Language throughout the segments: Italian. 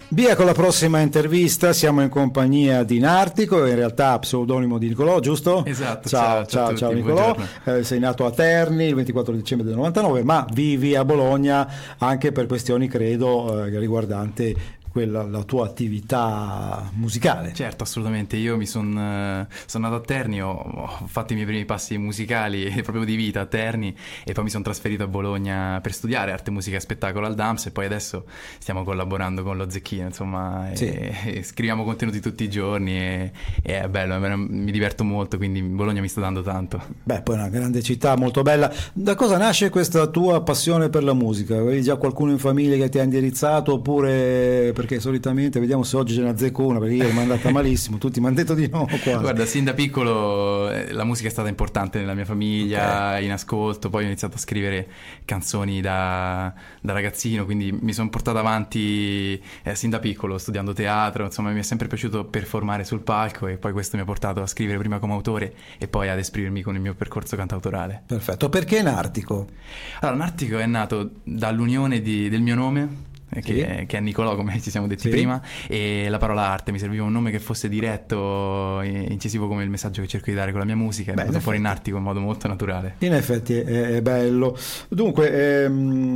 Via con la prossima intervista, siamo in compagnia di Nartico, in realtà pseudonimo di Nicolò, giusto? Esatto, ciao Nicolò, sei nato a Terni il 24 dicembre del 99, ma vivi a Bologna anche per questioni, credo, riguardanti la tua attività musicale. Certo, assolutamente. Io sono nato a Terni, ho fatto i miei primi passi musicali proprio di vita a Terni e poi mi sono trasferito a Bologna per studiare arte, musica e spettacolo al DAMS e poi adesso stiamo collaborando con lo Zecchino, insomma, sì. e scriviamo contenuti tutti i giorni e è bello, mi diverto molto, quindi Bologna mi sta dando tanto. Beh, poi è una grande città, molto bella. Da cosa nasce questa tua passione per la musica? Avevi già qualcuno in famiglia che ti ha indirizzato oppure... Perché solitamente, vediamo se oggi ce ne azzecco una, perché ieri mi è andata malissimo, tutti mi hanno detto di no quasi. Guarda, sin da piccolo la musica è stata importante nella mia famiglia, okay. In ascolto, poi ho iniziato a scrivere canzoni da ragazzino, quindi mi sono portato avanti sin da piccolo, studiando teatro, insomma mi è sempre piaciuto performare sul palco e poi questo mi ha portato a scrivere prima come autore e poi ad esprimermi con il mio percorso cantautorale. Perfetto, perché Nartico? Allora, Nartico è nato dall'unione del mio nome, che è Nicolò, come ci siamo detti prima, e la parola arte. Mi serviva un nome che fosse diretto, incisivo come il messaggio che cerco di dare con la mia musica. È venuto fuori Nartico in modo molto naturale. In effetti è bello. Dunque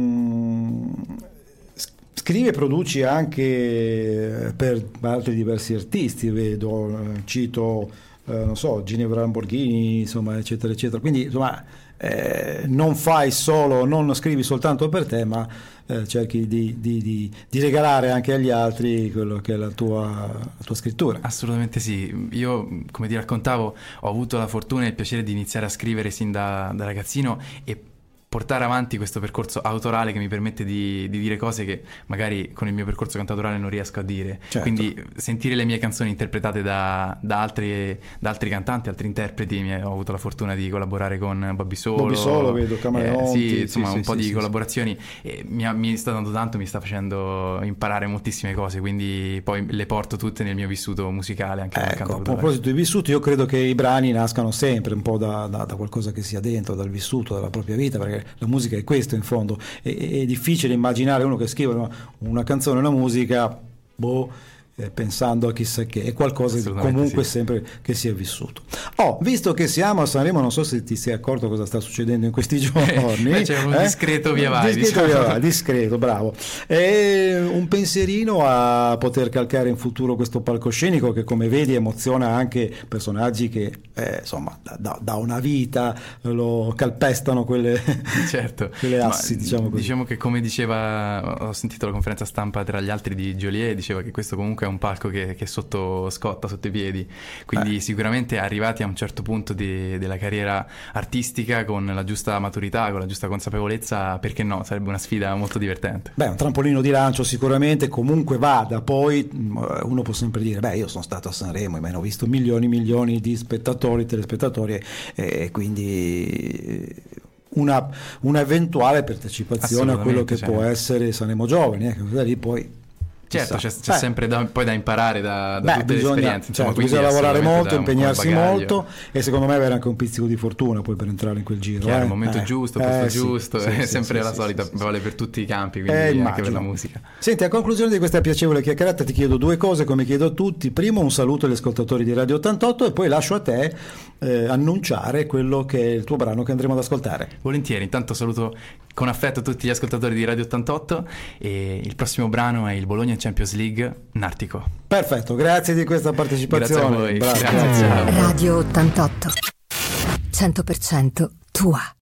scrivi e produci anche per altri diversi artisti, vedo, cito non so, Ginevra Lamborghini, insomma, eccetera eccetera, quindi insomma non scrivi soltanto per te, ma cerchi di regalare anche agli altri quello che è la tua scrittura. Assolutamente sì. Io, come ti raccontavo, ho avuto la fortuna e il piacere di iniziare a scrivere sin da ragazzino e portare avanti questo percorso autorale che mi permette di dire cose che magari con il mio percorso cantautorale non riesco a dire. Certo. Quindi sentire le mie canzoni interpretate da altri cantanti, altri interpreti. Ho avuto la fortuna di collaborare con Bobby Solo, vedo Camaleonti, sì, insomma un po' di collaborazioni e mi sta dando tanto, mi sta facendo imparare moltissime cose, quindi poi le porto tutte nel mio vissuto musicale anche nel cantautorale. A proposito di vissuti, io credo che i brani nascano sempre un po' da qualcosa che sia dentro, dal vissuto della propria vita, perché la musica è questo in fondo. È difficile immaginare uno che scrive una canzone, una musica, pensando a chissà che, è qualcosa di comunque sempre che si è vissuto. Visto che siamo a Sanremo, non so se ti sei accorto cosa sta succedendo in questi giorni. C'è un discreto via vai, discreto, bravo. E un pensierino a poter calcare in futuro questo palcoscenico che, come vedi, emoziona anche personaggi che insomma da una vita lo calpestano quelle assi, diciamo così. Diciamo che, come diceva, ho sentito la conferenza stampa tra gli altri di Joliet, diceva che questo comunque è un palco che scotta sotto i piedi, quindi sicuramente arrivati a un certo punto della carriera artistica, con la giusta maturità, con la giusta consapevolezza, perché no, sarebbe una sfida molto divertente. Un trampolino di lancio sicuramente, comunque vada, poi uno può sempre dire io sono stato a Sanremo e mi hanno visto milioni di spettatori, telespettatori e quindi una eventuale partecipazione a quello che può essere Sanremo Giovani, da lì poi certo c'è sempre poi da imparare da tutte le esperienze, bisogna lavorare molto, impegnarsi molto e secondo me avere anche un pizzico di fortuna poi per entrare in quel giro. Il momento giusto, posto giusto, è sempre la solita, vale per tutti i campi, quindi anche per la musica. Senti, a conclusione di questa piacevole chiacchierata ti chiedo due cose, come chiedo a tutti. Primo, un saluto agli ascoltatori di Radio 88 e poi lascio a te annunciare quello che è il tuo brano che andremo ad ascoltare. Volentieri, intanto saluto con affetto tutti gli ascoltatori di Radio 88 e il prossimo brano è il Bologna Champions League, Nartico. Perfetto, grazie di questa partecipazione. Grazie a voi. Grazie. Radio 88 100% tua.